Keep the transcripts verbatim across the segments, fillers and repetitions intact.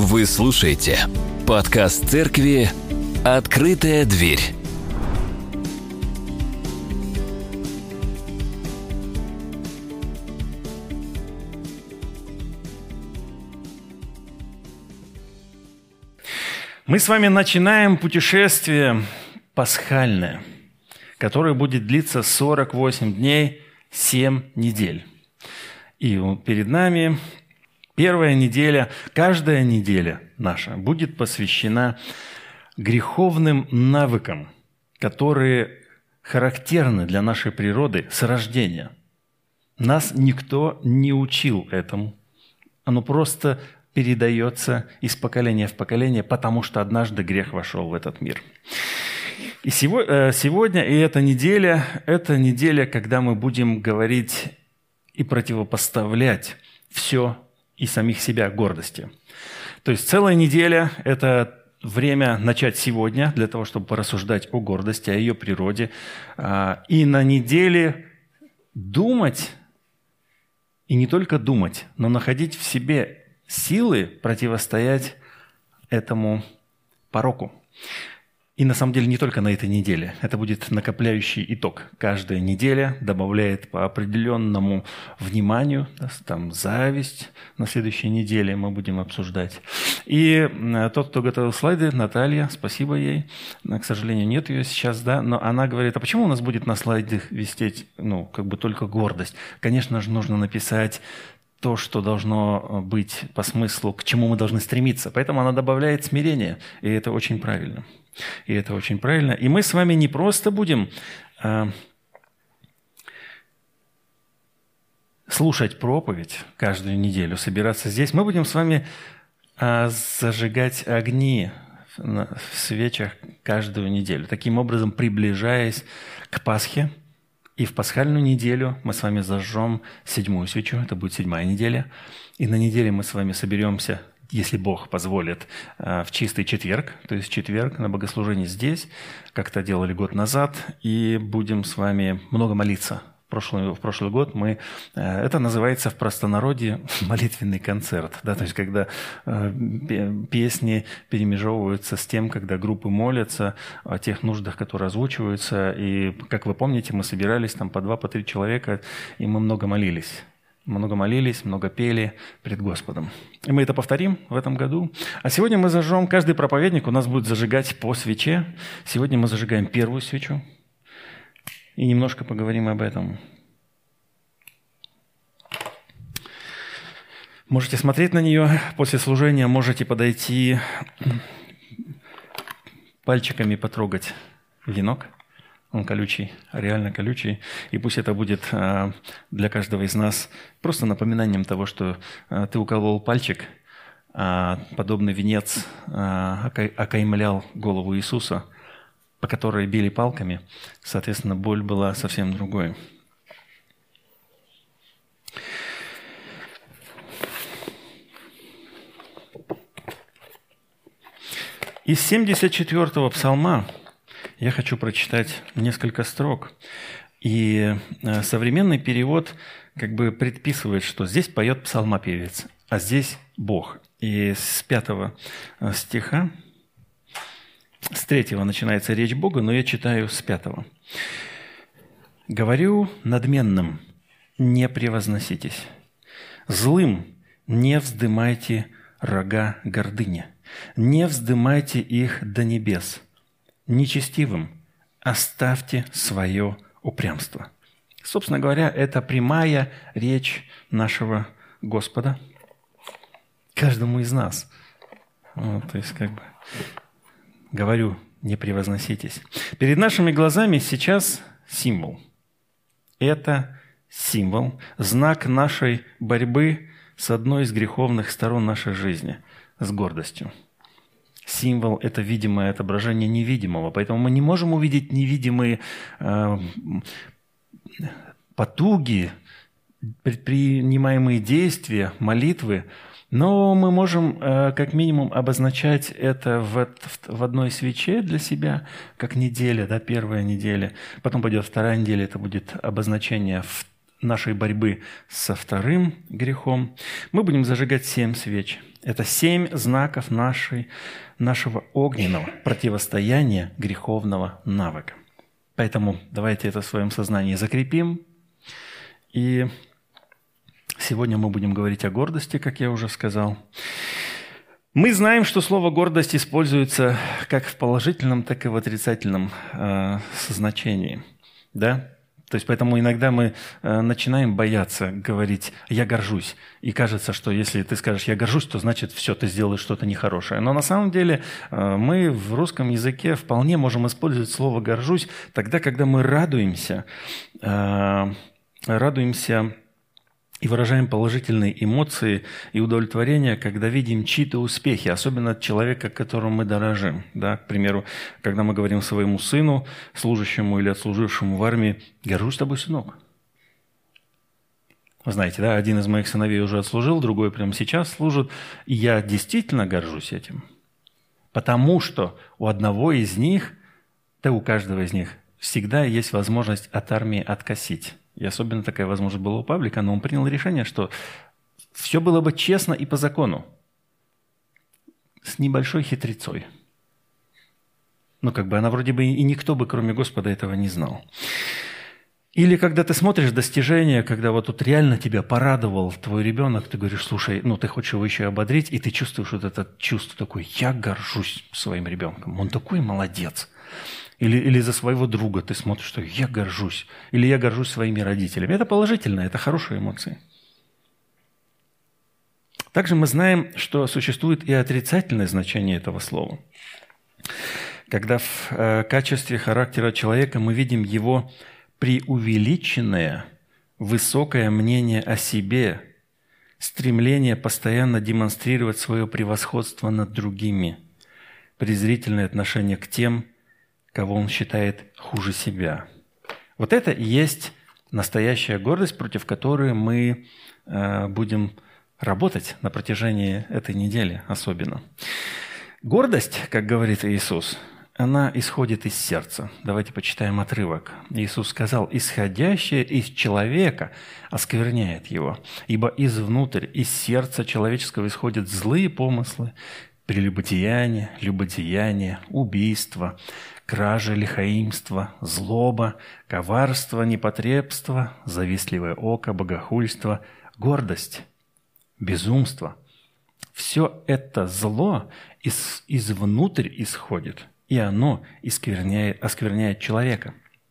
Вы слушаете подкаст церкви «Открытая дверь». Мы с вами начинаем путешествие пасхальное, которое будет длиться сорок восемь дней, семь недель. И перед нами первая неделя, каждая неделя наша будет посвящена греховным навыкам, которые характерны для нашей природы с рождения. Нас никто не учил этому. Оно просто передается из поколения в поколение, потому что однажды грех вошел в этот мир. И сегодня, и эта неделя, это неделя, когда мы будем говорить и противопоставлять все и самих себя гордости. То есть целая неделя – это время начать сегодня для того, чтобы порассуждать о гордости, о ее природе. И на неделе думать, и не только думать, но находить в себе силы противостоять этому пороку. И на самом деле не только на этой неделе. Это будет накопляющий итог. Каждая неделя добавляет по определенному вниманию, там зависть на следующей неделе мы будем обсуждать. И тот, кто готовил слайды, Наталья, спасибо ей. К сожалению, нет ее сейчас, да, но она говорит, а почему у нас будет на слайдах висеть, ну, как бы только гордость? Конечно же, нужно написать то, что должно быть по смыслу, к чему мы должны стремиться. Поэтому она добавляет смирение, и это очень правильно. И это очень правильно. И мы с вами не просто будем а, слушать проповедь каждую неделю, собираться здесь. Мы будем с вами а, зажигать огни в свечах каждую неделю, таким образом приближаясь к Пасхе. И в пасхальную неделю мы с вами зажжем седьмую свечу, это будет седьмая неделя. И на неделе мы с вами соберемся, если Бог позволит, в чистый четверг, то есть четверг на богослужении здесь, как это делали год назад, и будем с вами много молиться. В прошлый, в прошлый год мы, это называется в простонародье молитвенный концерт, да, то есть когда песни перемежевываются с тем, когда группы молятся о тех нуждах, которые озвучиваются, и, как вы помните, мы собирались там по два, по три человека, и мы много молились. Много молились, много пели пред Господом. И мы это повторим в этом году. А сегодня мы зажжем, каждый проповедник у нас будет зажигать по свече. Сегодня мы зажигаем первую свечу. И немножко поговорим об этом. Можете смотреть на нее. После служения можете подойти, пальчиками потрогать венок. Он колючий, реально колючий. И пусть это будет для каждого из нас просто напоминанием того, что ты уколол пальчик, подобный венец окаймлял голову Иисуса, по которой били палками. Соответственно, боль была совсем другой. Из семьдесят четвёртого псалма я хочу прочитать несколько строк. И современный перевод как бы предписывает, что здесь поет псалмопевец, а здесь Бог. И с пятого стиха, с третьего начинается речь Бога, но я читаю с пятого. «Говорю надменным, не превозноситесь, злым не вздымайте рога гордыни, не вздымайте их до небес, нечестивым оставьте свое упрямство». Собственно говоря, это прямая речь нашего Господа каждому из нас. Вот, то есть, как бы, говорю, не превозноситесь. Перед нашими глазами сейчас символ. Это символ, знак нашей борьбы с одной из греховных сторон нашей жизни, с гордостью. Символ – это видимое отображение невидимого, поэтому мы не можем увидеть невидимые э, потуги, предпринимаемые действия, молитвы, но мы можем э, как минимум обозначать это в, в, в одной свече для себя, как неделя, да, первая неделя, потом пойдет вторая неделя, это будет обозначение в нашей борьбы со вторым грехом, мы будем зажигать семь свеч. Это семь знаков нашей, нашего огненного противостояния греховного навыка. Поэтому давайте это в своем сознании закрепим. И сегодня мы будем говорить о гордости, как я уже сказал. Мы знаем, что слово «гордость» используется как в положительном, так и в отрицательном э, значении. Да? То есть поэтому иногда мы э, начинаем бояться говорить «я горжусь». И кажется, что если ты скажешь «я горжусь», то значит все, ты сделаешь что-то нехорошее. Но на самом деле э, мы в русском языке вполне можем использовать слово «горжусь» тогда, когда мы радуемся, э, радуемся и выражаем положительные эмоции и удовлетворение, когда видим чьи-то успехи, особенно от человека, которому мы дорожим. Да? К примеру, когда мы говорим своему сыну, служащему или отслужившему в армии: «Горжусь тобой, сынок». Вы знаете, да, один из моих сыновей уже отслужил, другой прямо сейчас служит, и я действительно горжусь этим, потому что у одного из них, да у каждого из них, всегда есть возможность от армии откосить. И особенно такая возможность была у Павлика, но он принял решение, что все было бы честно и по закону, с небольшой хитрецой. Ну, как бы она вроде бы и никто бы, кроме Господа, этого не знал. Или когда ты смотришь достижения, когда вот тут реально тебя порадовал твой ребенок, ты говоришь: слушай, ну ты хочешь его еще ободрить, и ты чувствуешь вот это чувство такое: я горжусь своим ребенком, он такой молодец. Или, или за своего друга ты смотришь, что я горжусь. Или я горжусь своими родителями. Это положительно, это хорошие эмоции. Также мы знаем, что существует и отрицательное значение этого слова. Когда в э, качестве характера человека мы видим его преувеличенное, высокое мнение о себе, стремление постоянно демонстрировать свое превосходство над другими, презрительное отношение к тем, кого он считает хуже себя. Вот это и есть настоящая гордость, против которой мы э, будем работать на протяжении этой недели особенно. Гордость, как говорит Иисус, она исходит из сердца. Давайте почитаем отрывок. Иисус сказал: «Исходящее из человека оскверняет его, ибо извнутрь, из сердца человеческого исходят злые помыслы, прелюбодеяние, любодеяние, убийство, кража, лихаимство, злоба, коварство, непотребство, завистливое око, богохульство, гордость, безумство». Все это зло из, извнутрь исходит, и оно оскверняет, оскверняет человека.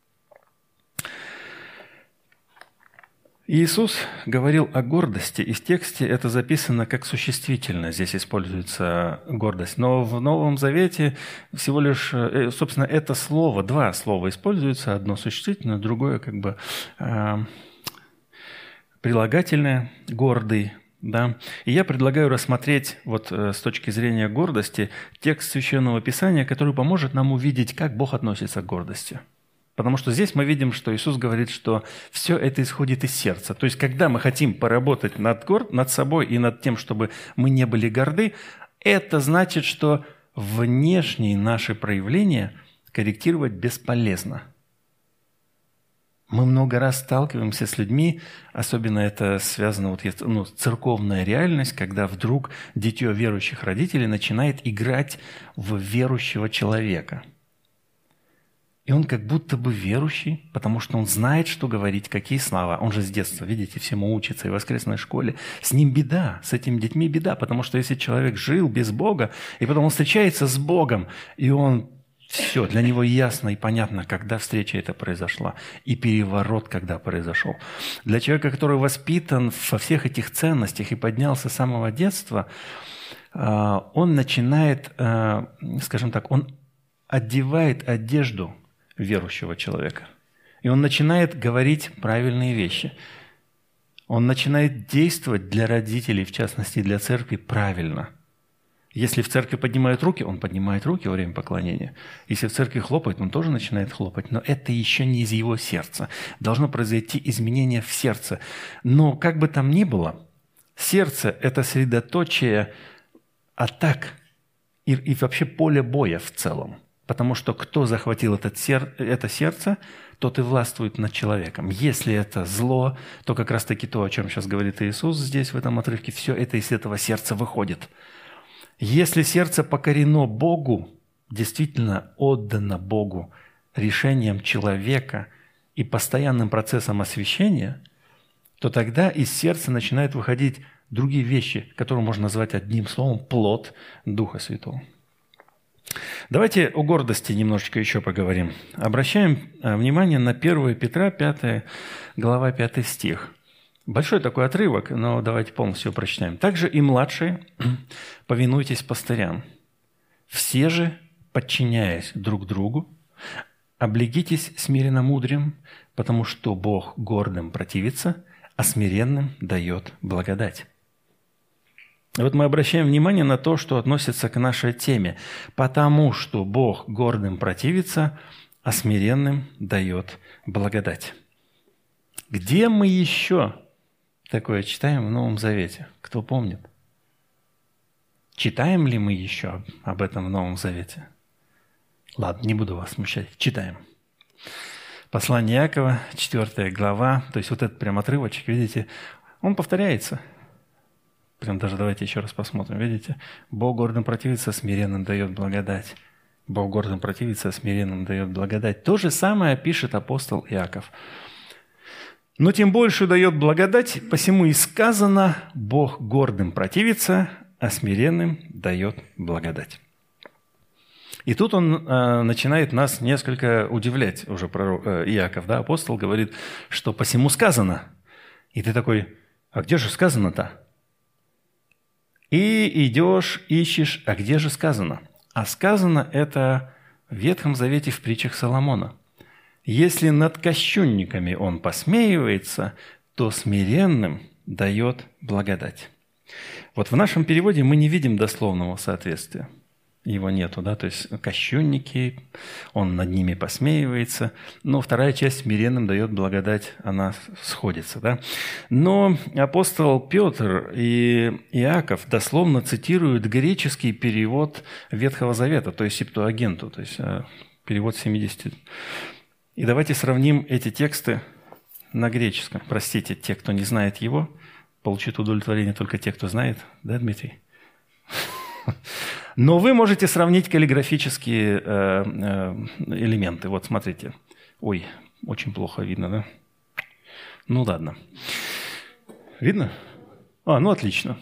Иисус говорил о гордости, и в тексте это записано как существительное, здесь используется гордость. Но в Новом Завете всего лишь, собственно, это слово, два слова используются, одно существительное, другое как бы э, прилагательное, гордый. Да? И я предлагаю рассмотреть вот э, с точки зрения гордости текст Священного Писания, который поможет нам увидеть, как Бог относится к гордости. Потому что здесь мы видим, что Иисус говорит, что все это исходит из сердца. То есть, когда мы хотим поработать над, горд... над собой и над тем, чтобы мы не были горды, это значит, что внешние наши проявления корректировать бесполезно. Мы много раз сталкиваемся с людьми, особенно это связано, вот, ну, церковная реальность, когда вдруг дитё верующих родителей начинает играть в верующего человека. И он как будто бы верующий, потому что он знает, что говорить, какие слова. Он же с детства, видите, всему учится и в воскресной школе. С ним беда, с этими детьми беда, потому что если человек жил без Бога, и потом он встречается с Богом, и он все, для него ясно и понятно, когда встреча эта произошла, и переворот, когда произошел. Для человека, который воспитан во всех этих ценностях и поднялся с самого детства, он начинает, скажем так, он одевает одежду верующего человека. И он начинает говорить правильные вещи. Он начинает действовать для родителей, в частности для церкви, правильно. Если в церкви поднимают руки, он поднимает руки во время поклонения. Если в церкви хлопает, он тоже начинает хлопать. Но это еще не из его сердца. Должно произойти изменение в сердце. Но как бы там ни было, сердце – это средоточие атак и, и вообще поле боя в целом. Потому что кто захватил этот сер... это сердце, тот и властвует над человеком. Если это зло, то как раз-таки то, о чем сейчас говорит Иисус здесь, в этом отрывке, все это из этого сердца выходит. Если сердце покорено Богу, действительно отдано Богу решением человека и постоянным процессом освящения, то тогда из сердца начинают выходить другие вещи, которые можно назвать одним словом «плод Духа Святого». Давайте о гордости немножечко еще поговорим. Обращаем внимание на первое Петра, пятая глава, пятый стих. Большой такой отрывок, но давайте полностью его прочитаем. «Также и младшие, повинуйтесь пастырям. Все же, подчиняясь друг другу, облегитесь смиренно-мудрым, потому что Бог гордым противится, а смиренным дает благодать». И вот мы обращаем внимание на то, что относится к нашей теме. «Потому что Бог гордым противится, а смиренным дает благодать». Где мы еще такое читаем в Новом Завете? Кто помнит? Читаем ли мы еще об этом в Новом Завете? Ладно, не буду вас смущать. Читаем. Послание Иакова, четвёртая глава. То есть вот этот прям отрывочек, видите, он повторяется. Прям даже давайте еще раз посмотрим. Видите? Бог гордым противится, смиренным дает благодать. Бог гордым противится, смиренным дает благодать. То же самое пишет апостол Иаков. «Но тем больше дает благодать, посему и сказано, Бог гордым противится, а смиренным дает благодать». И тут он э, начинает нас несколько удивлять, уже пророк, э, Иаков, да, апостол говорит, что посему сказано. И ты такой, а где же сказано-то? И идешь, ищешь, а где же сказано? А сказано это в Ветхом Завете в притчах Соломона. «Если над кощунниками он посмеивается, то смиренным дает благодать». Вот в нашем переводе мы не видим дословного соответствия. Его нету, да, то есть кощунники, он над ними посмеивается, но вторая часть смиренным дает благодать, она сходится, да. Но апостол Петр и Иаков дословно цитируют греческий перевод Ветхого Завета, то есть Септуагинту, то есть перевод семидесяти. И давайте сравним эти тексты на греческом. Простите, те, кто не знает его, получит удовлетворение только те, кто знает, да, Дмитрий? Но вы можете сравнить каллиграфические э, э, элементы. Вот смотрите. Ой, очень плохо видно, да? Ну ладно. Видно? А, ну отлично.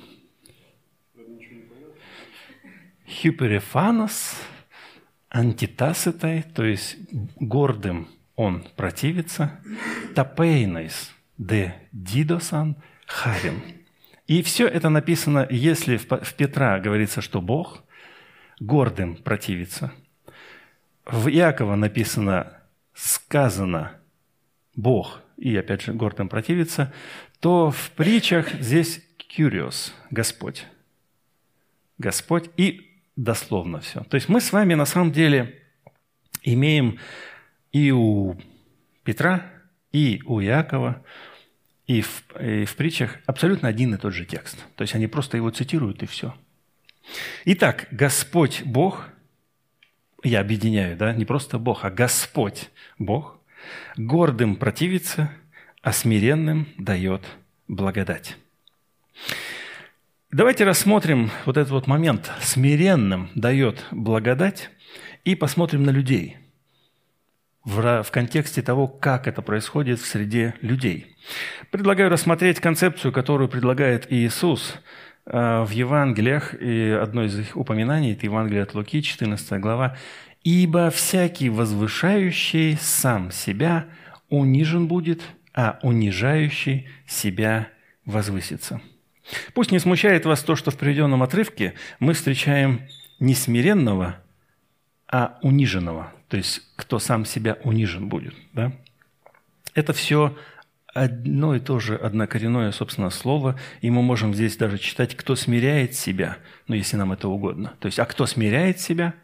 Hyperephanos антитаситой, то есть гордым он противится, тапейнойс де дидосан харин. И все это написано, если в Петра говорится, что Бог гордым противится. В Иакова написано «сказано Бог», и опять же гордым противится, то в притчах здесь «кюриос» – Господь. Господь и дословно все. То есть мы с вами на самом деле имеем и у Петра, и у Иакова, и в, и в притчах абсолютно один и тот же текст. То есть они просто его цитируют, и все. Итак, Господь Бог, я объединяю, да, не просто Бог, а Господь Бог, гордым противится, а смиренным дает благодать. Давайте рассмотрим вот этот вот момент. Смиренным дает благодать, и посмотрим на людей в, в контексте того, как это происходит в среде людей. Предлагаю рассмотреть концепцию, которую предлагает Иисус в Евангелиях, и одно из их упоминаний – это Евангелие от Луки, четырнадцатая глава. «Ибо всякий возвышающий сам себя унижен будет, а унижающий себя возвысится». Пусть не смущает вас то, что в приведенном отрывке мы встречаем не смиренного, а униженного, то есть кто сам себя унижен будет. Да? Это все одно и то же однокоренное, собственно, слово, и мы можем здесь даже читать «кто смиряет себя», ну, если нам это угодно. То есть, а кто смиряет себя?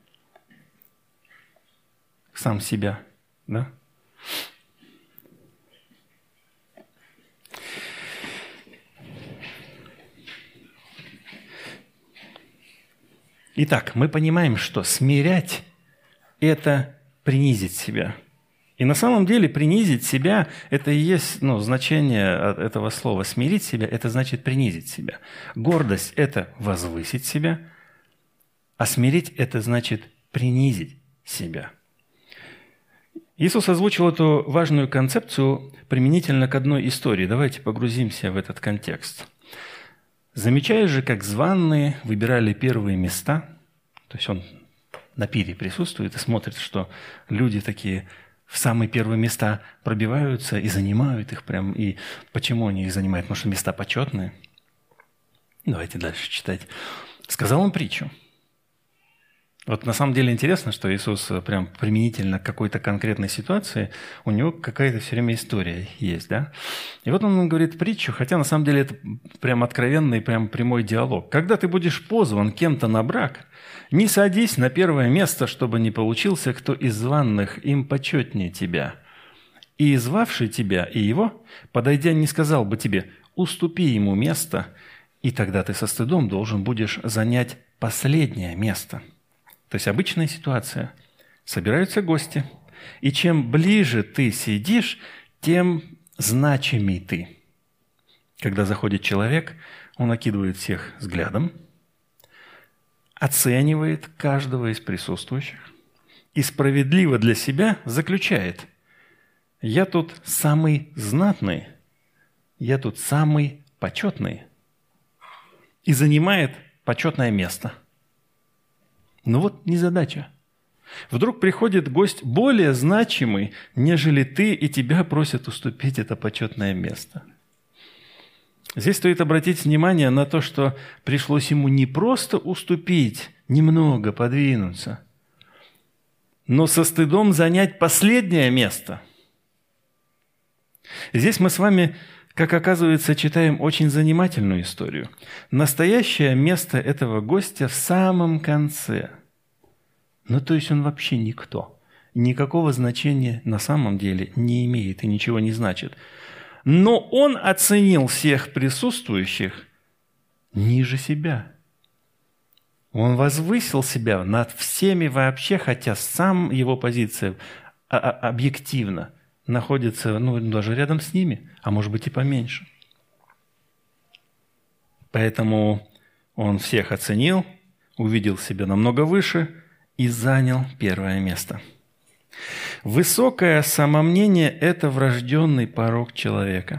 Сам себя, да? Итак, мы понимаем, что смирять это принизить себя. И на самом деле принизить себя – это и есть ну, значение этого слова. Смирить себя – это значит принизить себя. Гордость – это возвысить себя, а смирить – это значит принизить себя. Иисус озвучил эту важную концепцию применительно к одной истории. Давайте погрузимся в этот контекст. Замечаешь же, как званые выбирали первые места, то есть он на пире присутствует и смотрит, что люди такие в самые первые места пробиваются и занимают их прям. И почему они их занимают? Потому что места почетные. Давайте дальше читать. Сказал он притчу. Вот на самом деле интересно, что Иисус прям применительно к какой-то конкретной ситуации, у него какая-то все время история есть, да? И вот он говорит притчу, хотя на самом деле это прям откровенный, прям прямой диалог. Когда ты будешь позван кем-то на брак, не садись на первое место, чтобы не получился кто из званных им почетнее тебя. И звавший тебя и его, подойдя, не сказал бы тебе, уступи ему место, и тогда ты со стыдом должен будешь занять последнее место. То есть обычная ситуация. Собираются гости, и чем ближе ты сидишь, тем значимей ты. Когда заходит человек, он окидывает всех взглядом, оценивает каждого из присутствующих и справедливо для себя заключает: «Я тут самый знатный, я тут самый почетный», и занимает почетное место. Но вот незадача. Вдруг приходит гость более значимый, нежели ты, и тебя просят уступить это почетное место. Здесь стоит обратить внимание на то, что пришлось ему не просто уступить, немного подвинуться, но со стыдом занять последнее место. Здесь мы с вами, как оказывается, читаем очень занимательную историю. Настоящее место этого гостя в самом конце. Ну, то есть он вообще никто. Никакого значения на самом деле не имеет и ничего не значит. Но он оценил всех присутствующих ниже себя. Он возвысил себя над всеми вообще, хотя сам его позиция объективно находится ну, даже рядом с ними, а может быть и поменьше. Поэтому он всех оценил, увидел себя намного выше и занял первое место. Высокое самомнение – это врожденный порок человека.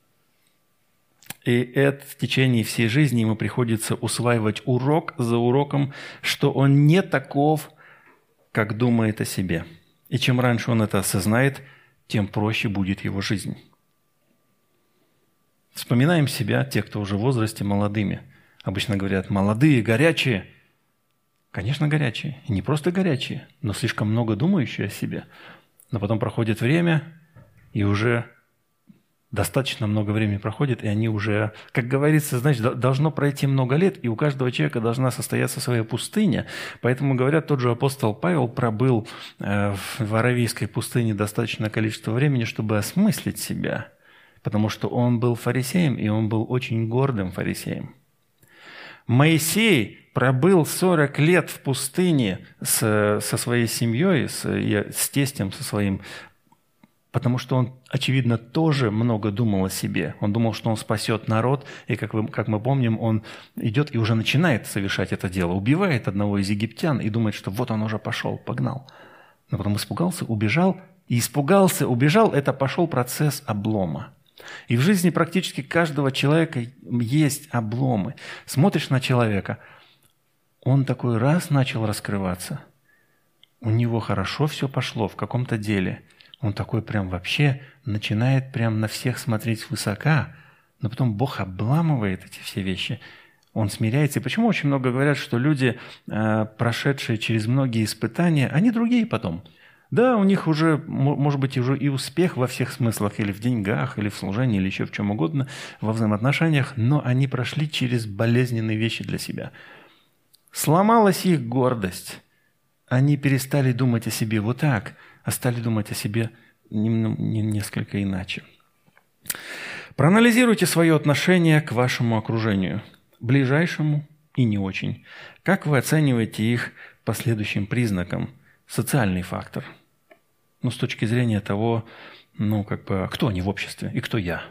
И это в течение всей жизни ему приходится усваивать урок за уроком, что он не таков, как думает о себе. И чем раньше он это осознает, тем проще будет его жизнь. Вспоминаем себя, те, кто уже в возрасте, молодыми. Обычно говорят, молодые, горячие. Конечно, горячие. И не просто горячие, но слишком много думающие о себе. Но потом проходит время, и уже достаточно много времени проходит, и они уже, как говорится, значит, должно пройти много лет, и у каждого человека должна состояться своя пустыня. Поэтому, говорят, тот же апостол Павел пробыл в Аравийской пустыне достаточное количество времени, чтобы осмыслить себя, потому что он был фарисеем, и он был очень гордым фарисеем. Моисей пробыл сорок лет в пустыне с, со своей семьей, с, с тестем, со своим, потому что он, очевидно, тоже много думал о себе. Он думал, что он спасет народ, и, как, вы, как мы помним, он идет и уже начинает совершать это дело, убивает одного из египтян и думает, что вот он уже пошел, погнал. Но потом испугался, убежал, и испугался, убежал, это пошел процесс облома. И в жизни практически каждого человека есть обломы. Смотришь на человека, он такой раз начал раскрываться, у него хорошо все пошло в каком-то деле, он такой прям вообще начинает прям на всех смотреть свысока, но потом Бог обламывает эти все вещи, он смиряется. И почему очень много говорят, что люди, прошедшие через многие испытания, они другие потом. Да, у них уже, может быть, уже и успех во всех смыслах, или в деньгах, или в служении, или еще в чем угодно, во взаимоотношениях, но они прошли через болезненные вещи для себя. Сломалась их гордость. Они перестали думать о себе вот так, а стали думать о себе несколько иначе. Проанализируйте свое отношение к вашему окружению, ближайшему и не очень. Как вы оцениваете их по следующим признакам? социальный фактор. Ну, с точки зрения того, ну, как бы, кто они в обществе и кто я.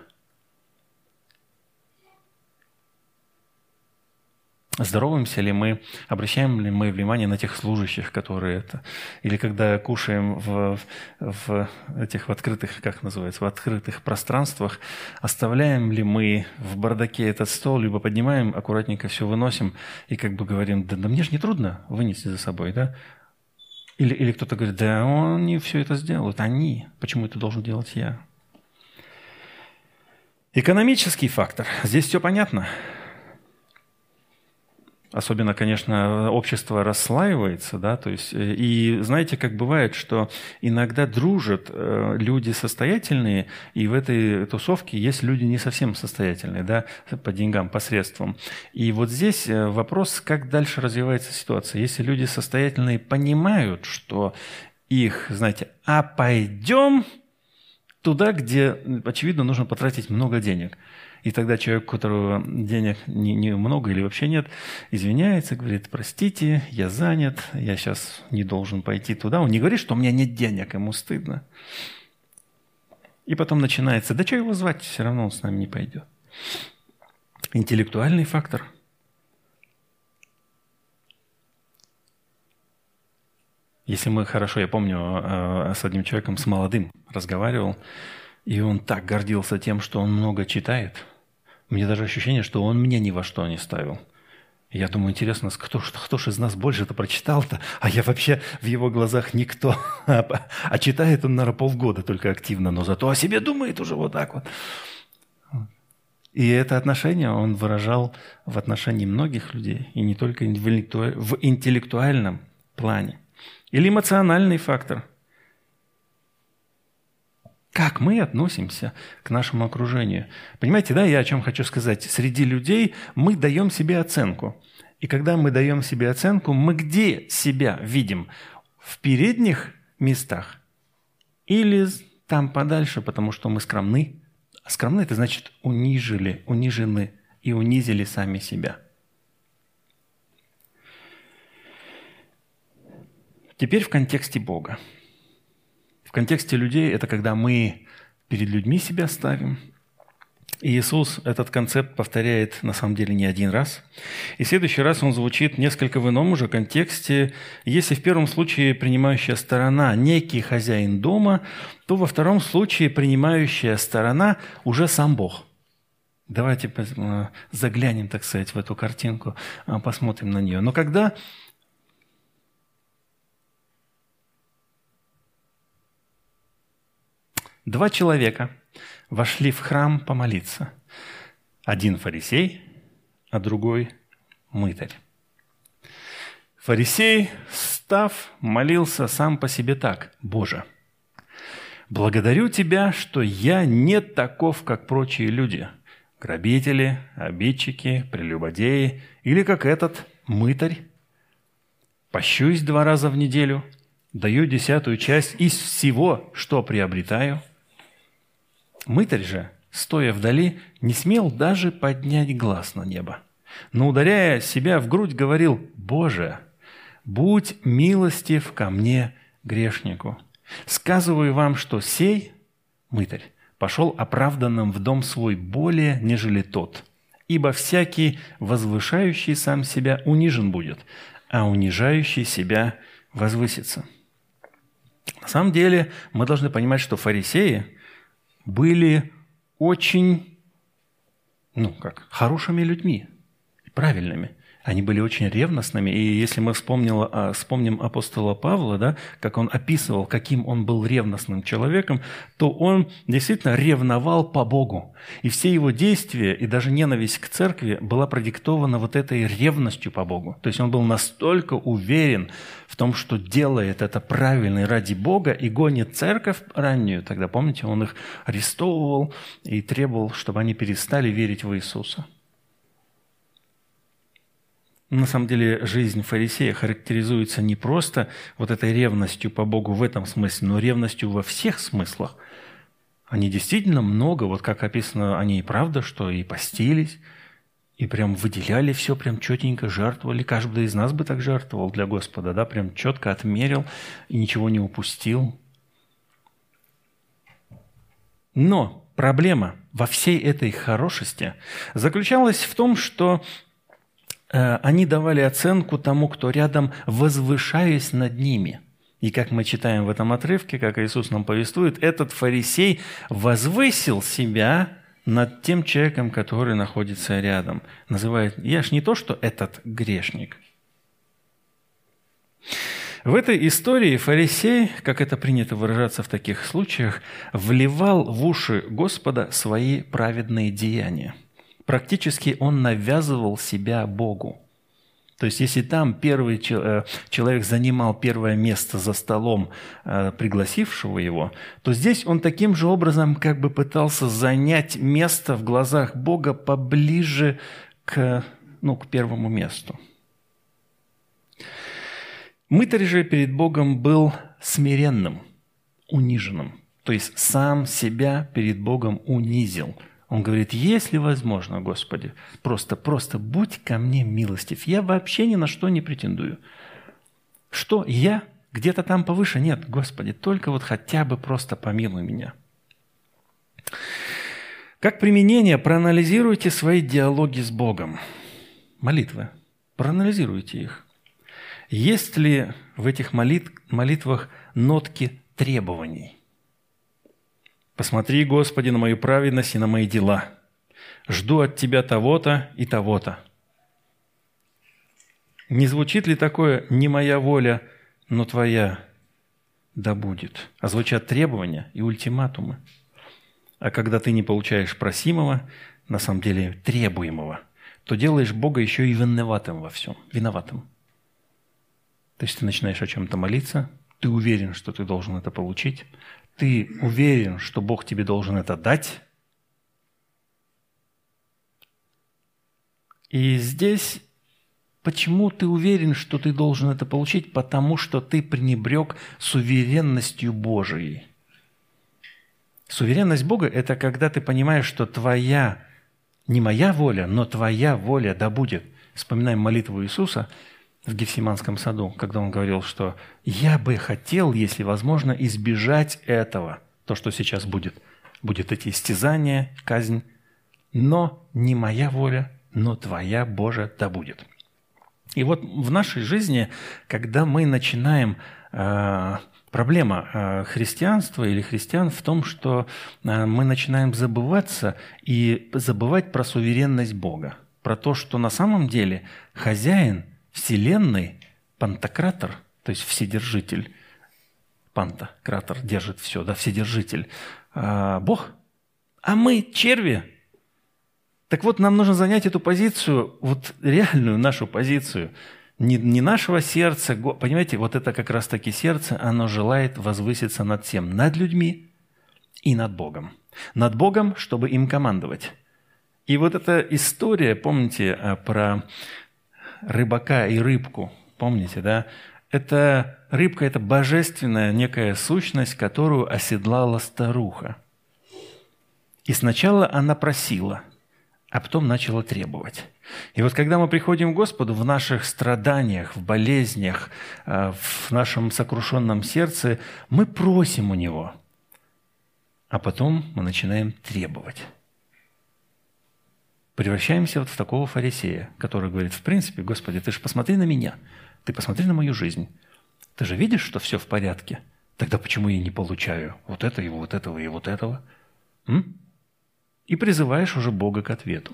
Здороваемся ли мы, обращаем ли мы внимание на тех служащих, которые это... Или когда кушаем в, в этих в открытых, как называется, в открытых пространствах, оставляем ли мы в бардаке этот стол, либо поднимаем, аккуратненько все выносим и как бы говорим, да, да мне же не трудно вынести за собой, да? Или, или кто-то говорит, да они все это сделают, они, почему это должен делать я? Экономический фактор. Здесь все понятно. Особенно, конечно, общество расслаивается, да, то есть, и знаете, как бывает, что иногда дружат люди состоятельные, и в этой тусовке есть люди не совсем состоятельные, да, по деньгам, по средствам. И вот здесь вопрос, как дальше развивается ситуация. Если люди состоятельные понимают, что их, знаете, а пойдем туда, где, очевидно, нужно потратить много денег. И тогда человек, у которого денег не, не много или вообще нет, извиняется, говорит, простите, я занят, я сейчас не должен пойти туда. Он не говорит, что у меня нет денег, ему стыдно. И потом начинается, да что его звать, все равно он с нами не пойдет. Интеллектуальный фактор. Если мы хорошо, я помню, с одним человеком, с молодым разговаривал, и он так гордился тем, что он много читает. У меня даже ощущение, что он меня ни во что не ставил. Я думаю, интересно, кто, кто ж из нас больше это прочитал-то? А я вообще в его глазах никто. А читает он, наверное, полгода только активно, но зато о себе думает уже вот так вот. И это отношение он выражал в отношении многих людей, и не только в интеллектуальном плане. Или эмоциональный фактор. Как мы относимся к нашему окружению? Понимаете, да, я о чем хочу сказать? Среди людей мы даем себе оценку. И когда мы даем себе оценку, мы где себя видим? В передних местах или там подальше, потому что мы скромны? Скромны – это значит унижили, унижены и унизили сами себя. Теперь в контексте Бога. В контексте людей это когда мы перед людьми себя ставим. И Иисус этот концепт повторяет на самом деле не один раз. И в следующий раз он звучит несколько в ином уже контексте. Если в первом случае принимающая сторона некий хозяин дома, то во втором случае принимающая сторона уже сам Бог. Давайте заглянем, так сказать, в эту картинку, посмотрим на нее. Но когда... Два человека вошли в храм помолиться. Один фарисей, а другой мытарь. Фарисей, став, молился сам по себе так: «Боже, благодарю Тебя, что я не таков, как прочие люди, грабители, обидчики, прелюбодеи, или как этот мытарь. Пощусь два раза в неделю, даю десятую часть из всего, что приобретаю». Мытарь же, стоя вдали, не смел даже поднять глаз на небо, но, ударяя себя в грудь, говорил: «Боже, будь милостив ко мне, грешнику. Сказываю вам, что сей, мытарь, пошел оправданным в дом свой более, нежели тот, ибо всякий, возвышающий сам себя, унижен будет, а унижающий себя возвысится». На самом деле мы должны понимать, что фарисеи были очень, ну как, хорошими людьми, правильными. Они были очень ревностными. И если мы вспомним, вспомним апостола Павла, да, как он описывал, каким он был ревностным человеком, то он действительно ревновал по Богу. И все его действия, и даже ненависть к церкви была продиктована вот этой ревностью по Богу. То есть он был настолько уверен в том, что делает это правильно и ради Бога, и гонит церковь раннюю. Тогда, помните, он их арестовывал и требовал, чтобы они перестали верить в Иисуса. На самом деле жизнь фарисея характеризуется не просто вот этой ревностью по Богу в этом смысле, но ревностью во всех смыслах. Они действительно много, вот как описано, они и правда, что и постились, и прям выделяли все, прям четенько жертвовали. Каждый из нас бы так жертвовал для Господа, да, прям четко отмерил и ничего не упустил. Но проблема во всей этой хорошести заключалась в том, что э, они давали оценку тому, кто рядом, возвышаясь над ними. И как мы читаем в этом отрывке, как Иисус нам повествует, этот фарисей возвысил себя над тем человеком, который находится рядом. Называет, я ж не то, что этот грешник. В этой истории фарисей, как это принято выражаться в таких случаях, вливал в уши Господа свои праведные деяния. Практически он навязывал себя Богу. То есть, если там первый человек занимал первое место за столом пригласившего его, то здесь он таким же образом как бы пытался занять место в глазах Бога поближе к, ну, к первому месту. Мытарь же перед Богом был смиренным, униженным. То есть, сам себя перед Богом унизил. Он говорит, если возможно, Господи, просто, просто будь ко мне милостив. Я вообще ни на что не претендую. Что, я где-то там повыше? Нет, Господи, только вот хотя бы просто помилуй меня. Как применение, проанализируйте свои диалоги с Богом. Молитвы. Проанализируйте их. Есть ли в этих молит- молитвах нотки требований? «Посмотри, Господи, на мою праведность и на мои дела. Жду от Тебя того-то и того-то». Не звучит ли такое «не моя воля, но Твоя да будет», а звучат требования и ультиматумы? А когда ты не получаешь просимого, на самом деле требуемого, то делаешь Бога еще и виноватым во всем, виноватым. То есть ты начинаешь о чем-то молиться, ты уверен, что ты должен это получить, ты уверен, что Бог тебе должен это дать. И здесь почему ты уверен, что ты должен это получить? Потому что ты пренебрег суверенностью Божией. Суверенность Бога – это когда ты понимаешь, что твоя, не моя воля, но твоя воля да будет. Вспоминаем молитву Иисуса в Гефсиманском саду, когда он говорил, что «я бы хотел, если возможно, избежать этого», то, что сейчас будет. Будет эти истязания, казнь, но не моя воля, но твоя, Божия, да будет. И вот в нашей жизни, когда мы начинаем... Э, проблема э, христианства или христиан в том, что э, мы начинаем забываться и забывать про суверенность Бога, про то, что на самом деле хозяин Вселенной, пантократор, то есть вседержитель, пантократор держит все, да, вседержитель, а, Бог, а мы черви. Так вот, нам нужно занять эту позицию, вот реальную нашу позицию, не, не нашего сердца, понимаете, вот это как раз-таки сердце, оно желает возвыситься над всем, над людьми и над Богом. Над Богом, чтобы им командовать. И вот эта история, помните, про рыбака и рыбку, помните, да? Это рыбка – это божественная некая сущность, которую оседлала старуха. И сначала она просила, а потом начала требовать. И вот когда мы приходим к Господу в наших страданиях, в болезнях, в нашем сокрушенном сердце, мы просим у Него, а потом мы начинаем требовать. Превращаемся вот в такого фарисея, который говорит, в принципе, Господи, ты же посмотри на меня, ты посмотри на мою жизнь. Ты же видишь, что все в порядке? Тогда почему я не получаю вот это, и вот этого, и вот этого? М? И призываешь уже Бога к ответу.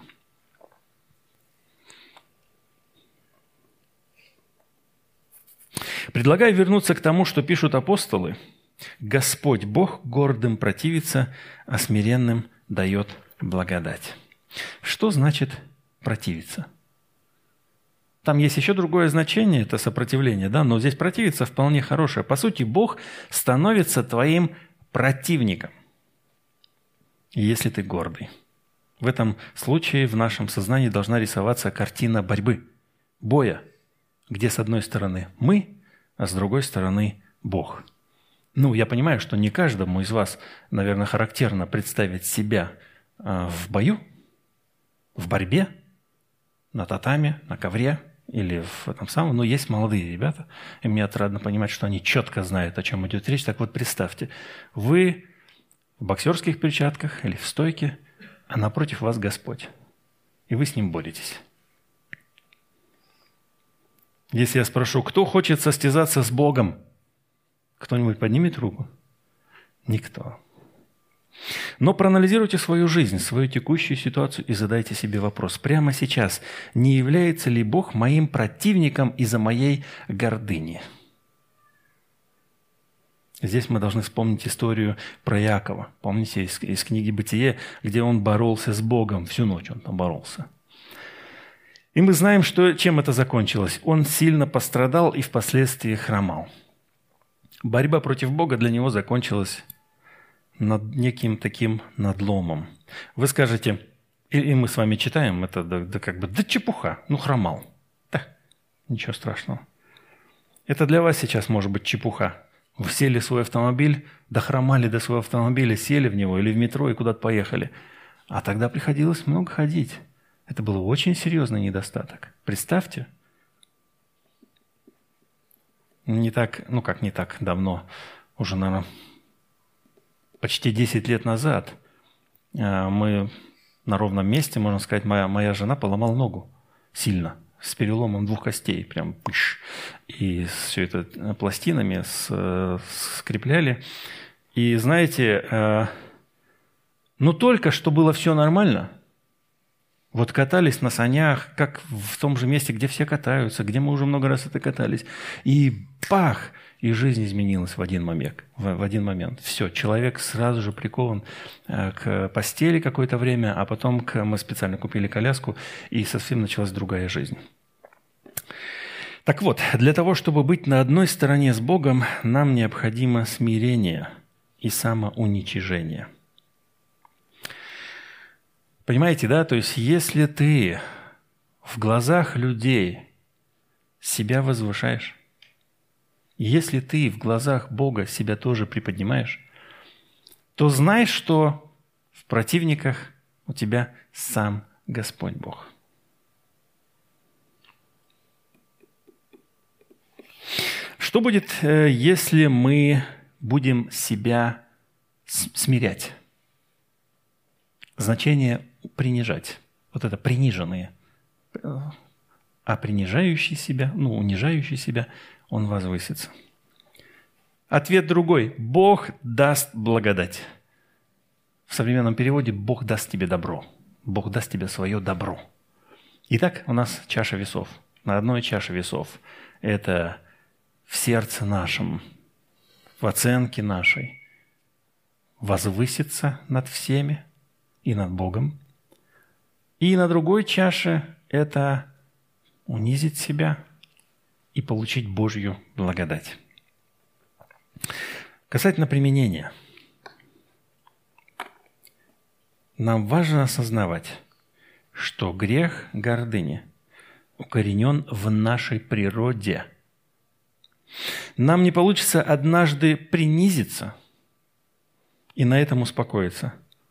Предлагаю вернуться к тому, что пишут апостолы. Господь Бог гордым противится, а смиренным дает благодать. Что значит противиться? Там есть еще другое значение, это сопротивление, да, но здесь противиться вполне хорошее. По сути, Бог становится твоим противником, если ты гордый. В этом случае в нашем сознании должна рисоваться картина борьбы, боя, где с одной стороны мы, а с другой стороны Бог. Ну, я понимаю, что не каждому из вас, наверное, характерно представить себя в бою, в борьбе, на татаме, на ковре или в этом самом, но есть молодые ребята, и мне отрадно понимать, что они четко знают, о чем идет речь. Так вот, представьте, вы в боксерских перчатках или в стойке, а напротив вас Господь, и вы с Ним боретесь. Если я спрошу, кто хочет состязаться с Богом, кто-нибудь поднимет руку? Никто. Но проанализируйте свою жизнь, свою текущую ситуацию и задайте себе вопрос. Прямо сейчас, не является ли Бог моим противником из-за моей гордыни? Здесь мы должны вспомнить историю про Иакова. Помните, из, из книги «Бытие», где он боролся с Богом. Всю ночь он там боролся. И мы знаем, что, чем это закончилось. Он сильно пострадал и впоследствии хромал. Борьба против Бога для него закончилась над неким таким надломом. Вы скажете, и, и мы с вами читаем, это да, да как бы, да чепуха, ну хромал. Да, ничего страшного. Это для вас сейчас может быть чепуха. Вы сели в свой автомобиль, дохромали до своего автомобиля, сели в него или в метро и куда-то поехали. А тогда приходилось много ходить. Это был очень серьезный недостаток. Представьте. Не так, ну как не так давно, уже, наверное, почти десять лет назад мы на ровном месте, можно сказать, моя, моя жена поломала ногу сильно, с переломом двух костей, прям пыш, и все это пластинами с, скрепляли. И знаете, ну только что было все нормально, вот катались на санях, как в том же месте, где все катаются, где мы уже много раз это катались, и бах! И жизнь изменилась в один момент. В, в один момент. Все, человек сразу же прикован к постели какое-то время, а потом к, мы специально купили коляску, и совсем началась другая жизнь. Так вот, для того, чтобы быть на одной стороне с Богом, нам необходимо смирение и самоуничижение. Понимаете, да? То есть, если ты в глазах людей себя возвышаешь, если ты в глазах Бога себя тоже приподнимаешь, то знай, что в противниках у тебя сам Господь Бог. Что будет, если мы будем себя смирять? Значение принижать. Вот это приниженные. А принижающий себя, ну, унижающий себя, он возвысится. Ответ другой. Бог даст благодать. В современном переводе Бог даст тебе добро. Бог даст тебе свое добро. Итак, у нас чаша весов. На одной чаше весов это в сердце нашем, в оценке нашей возвыситься над всеми и над Богом. И на другой чаше это унизить себя и получить Божью благодать. Касательно применения. Нам важно осознавать, что грех гордыни укоренен в нашей природе. Нам не получится однажды принизиться и на этом успокоиться.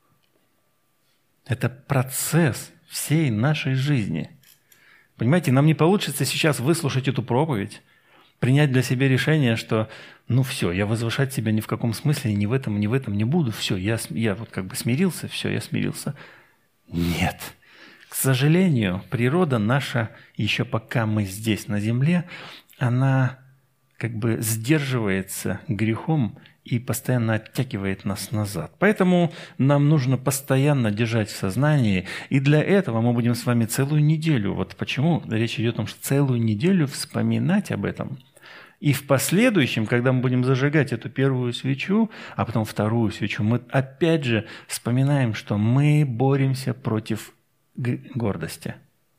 Это процесс всей нашей жизни. Понимаете, нам не получится сейчас выслушать эту проповедь, принять для себя решение, что ну все, я возвышать себя ни в каком смысле, ни в этом, ни в этом не буду, все, я, я вот как бы смирился, все, я смирился. Нет. К сожалению, природа наша, еще пока мы здесь на земле, она как бы сдерживается грехом и постоянно оттягивает нас назад. Поэтому нам нужно постоянно держать в сознании, и для этого мы будем с вами целую неделю, вот почему речь идет о том, что целую неделю вспоминать об этом. И в последующем, когда мы будем зажигать эту первую свечу, а потом вторую свечу, мы опять же вспоминаем, что мы боремся против гордости.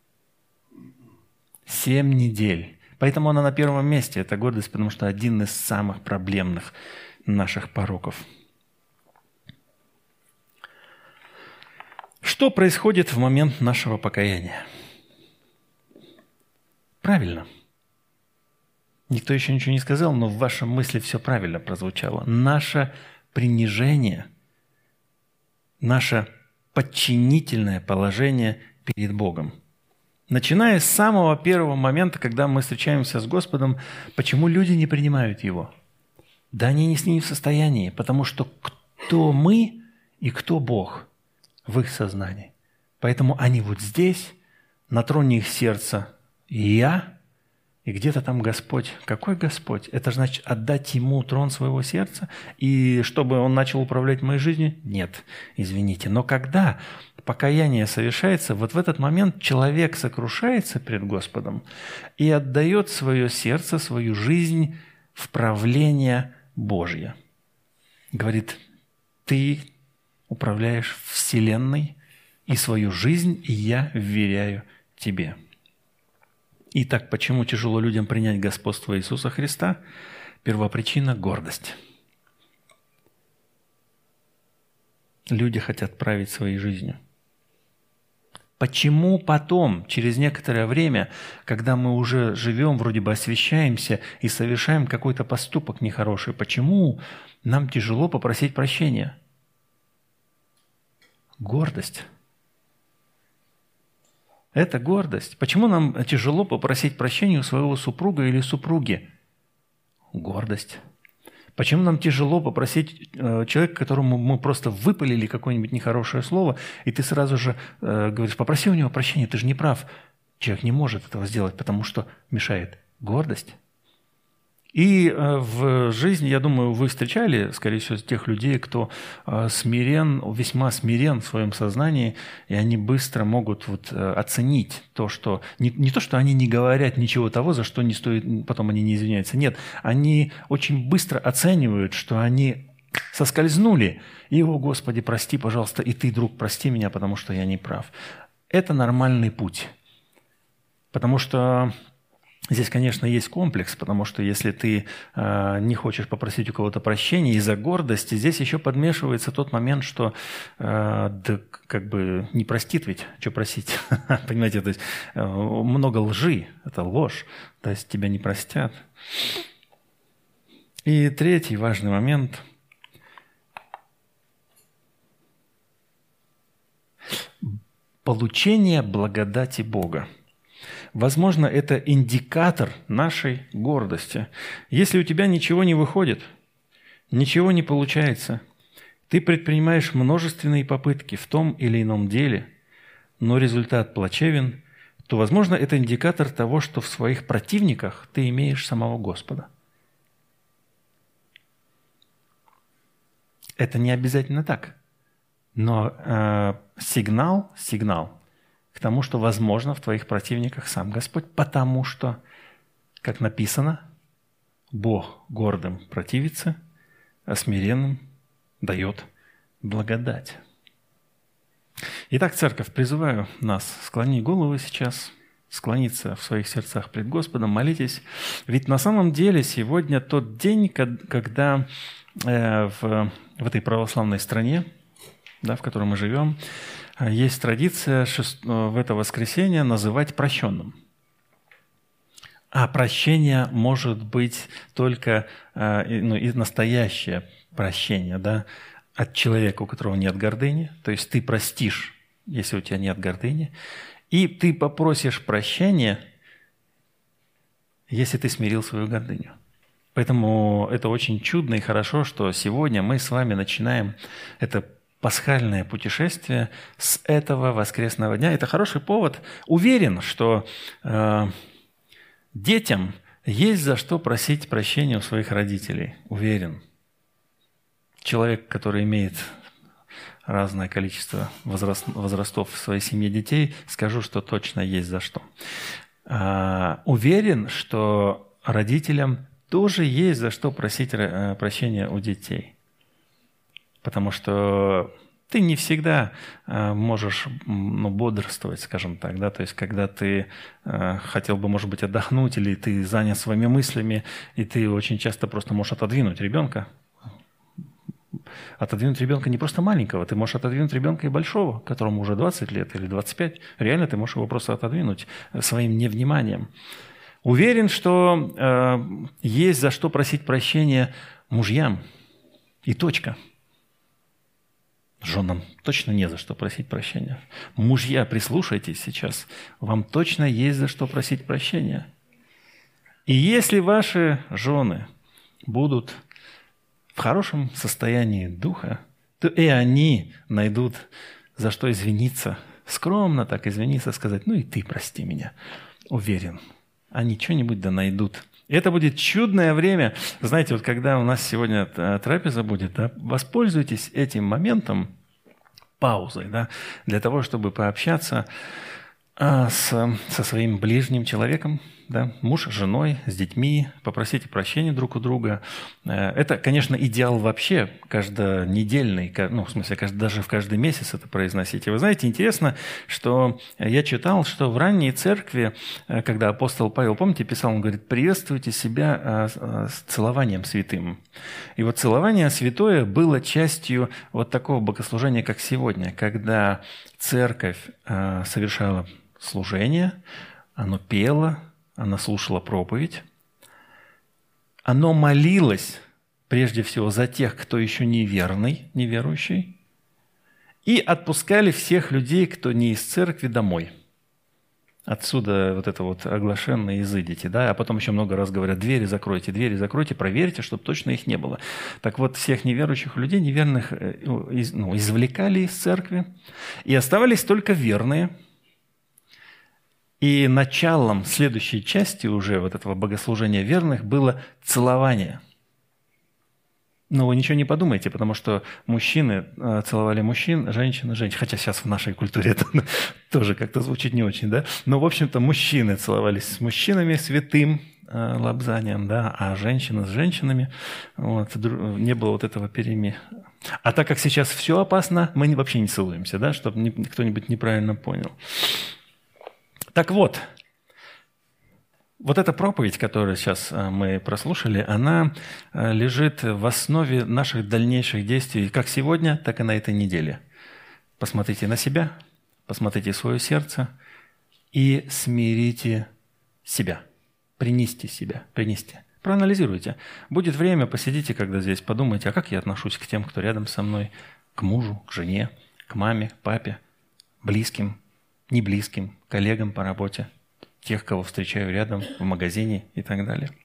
Семь недель. Поэтому она на первом месте, эта гордость, потому что один из самых проблемных наших пороков. Что происходит в момент нашего покаяния? Правильно. Никто еще ничего не сказал, но в вашей мысли все правильно прозвучало. Наше принижение, наше подчинительное положение перед Богом. Начиная с самого первого момента, когда мы встречаемся с Господом, почему люди не принимают Его? Да они не с ним в состоянии, потому что кто мы и кто Бог в их сознании. Поэтому они вот здесь, на троне их сердца, и я, и где-то там Господь. Какой Господь? Это значит отдать Ему трон своего сердца, и чтобы Он начал управлять моей жизнью? Нет, извините. Но когда покаяние совершается, вот в этот момент человек сокрушается пред Господом и отдает свое сердце, свою жизнь в правление Божье. Говорит, ты управляешь вселенной и свою жизнь, и я вверяю тебе. Итак, почему тяжело людям принять господство Иисуса Христа? Первопричина – гордость. Люди хотят править своей жизнью. Почему потом, через некоторое время, когда мы уже живем, вроде бы освящаемся и совершаем какой-то поступок нехороший, почему нам тяжело попросить прощения? Гордость. Это гордость. Почему нам тяжело попросить прощения у своего супруга или супруги? Гордость. Почему нам тяжело попросить э, человека, которому мы просто выпалили какое-нибудь нехорошее слово, и ты сразу же э, говоришь, попроси у него прощения, ты же не прав. Человек не может этого сделать, потому что мешает гордость. И в жизни, я думаю, вы встречали, скорее всего, тех людей, кто смирен, весьма смирен в своем сознании, и они быстро могут вот оценить то, что... Не, не то, что они не говорят ничего того, за что не стоит, потом они не извиняются. Нет, они очень быстро оценивают, что они соскользнули. И, о, Господи, прости, пожалуйста, и ты, друг, прости меня, потому что я не прав. Это нормальный путь. Потому что... Здесь, конечно, есть комплекс, потому что если ты э, не хочешь попросить у кого-то прощения из-за гордости, здесь еще подмешивается тот момент, что э, да как бы не простит ведь, что просить. Понимаете, то есть э, много лжи, это ложь, то есть тебя не простят. И третий важный момент. Получение благодати Бога. Возможно, это индикатор нашей гордости. Если у тебя ничего не выходит, ничего не получается, ты предпринимаешь множественные попытки в том или ином деле, но результат плачевен, то, возможно, это индикатор того, что в своих противниках ты имеешь самого Господа. Это не обязательно так, но э, сигнал, сигнал, к тому, что, возможно, в твоих противниках сам Господь, потому что, как написано, Бог гордым противится, а смиренным дает благодать. Итак, Церковь, призываю нас склонить головы сейчас, склониться в своих сердцах пред Господом, молитесь. Ведь на самом деле сегодня тот день, когда э, в, в этой православной стране, да, в которой мы живем, есть традиция в это воскресенье называть прощенным. А прощение может быть только ну, и настоящее прощение, да, от человека, у которого нет гордыни. То есть ты простишь, если у тебя нет гордыни, и ты попросишь прощения, если ты смирил свою гордыню. Поэтому это очень чудно и хорошо, что сегодня мы с вами начинаем это пасхальное путешествие с этого воскресного дня. Это хороший повод. Уверен, что э, детям есть за что просить прощения у своих родителей. Уверен. Человек, который имеет разное количество возраст, возрастов в своей семье детей, скажу, что точно есть за что. Э, уверен, что родителям тоже есть за что просить э, прощения у детей. Потому что ты не всегда э, можешь ну, бодрствовать, скажем так, да, то есть когда ты э, хотел бы, может быть, отдохнуть, или ты занят своими мыслями, и ты очень часто просто можешь отодвинуть ребенка. Отодвинуть ребенка не просто маленького, ты можешь отодвинуть ребенка и большого, которому уже двадцать лет или двадцать пять. Реально ты можешь его просто отодвинуть своим невниманием. Уверен, что э, есть за что просить прощения мужьям. И точка. женам точно не за что просить прощения. Мужья, прислушайтесь сейчас, вам точно есть за что просить прощения. И если ваши жены будут в хорошем состоянии духа, то и они найдут за что извиниться, скромно так извиниться, сказать, ну и ты прости меня, уверен, они что-нибудь да найдут. И это будет чудное время. Знаете, вот когда у нас сегодня трапеза будет, да, воспользуйтесь этим моментом, паузой, да, для того, чтобы пообщаться а, с, со своим ближним человеком, да, муж с женой, с детьми, попросите прощения друг у друга. Это, конечно, идеал вообще, каждонедельный, ну, в смысле, даже в каждый месяц это произносить. И вы знаете, интересно, что я читал, что в ранней церкви, когда апостол Павел, помните, писал, он говорит, приветствуйте себя с целованием святым. И вот целование святое было частью вот такого богослужения, как сегодня, когда церковь совершала служение, оно пело, она слушала проповедь, оно молилось прежде всего за тех, кто еще неверный, неверующий, и отпускали всех людей, кто не из церкви, домой. Отсюда вот это вот оглашенное «изыдите», да, а потом еще много раз говорят «двери закройте, двери закройте, проверьте, чтобы точно их не было». Так вот, всех неверующих людей, неверных, ну, извлекали из церкви, и оставались только верные. И началом следующей части уже вот этого богослужения верных было целование. Но вы ничего не подумайте, потому что мужчины целовали мужчин, женщины – женщин. Хотя сейчас в нашей культуре это тоже как-то звучит не очень, да? Но, в общем-то, мужчины целовались с мужчинами святым лобзанием, да, а женщины с женщинами. Вот, не было вот этого переми. А так как сейчас все опасно, мы вообще не целуемся, да, чтобы кто-нибудь неправильно понял. Так вот, вот эта проповедь, которую сейчас мы прослушали, она лежит в основе наших дальнейших действий как сегодня, так и на этой неделе. Посмотрите на себя, посмотрите в свое сердце и смирите себя, принести себя, принести. Проанализируйте. Будет время, посидите, когда здесь, подумайте, а как я отношусь к тем, кто рядом со мной, к мужу, к жене, к маме, к папе, близким, неблизким, коллегам по работе, тех, кого встречаю рядом, в магазине и так далее.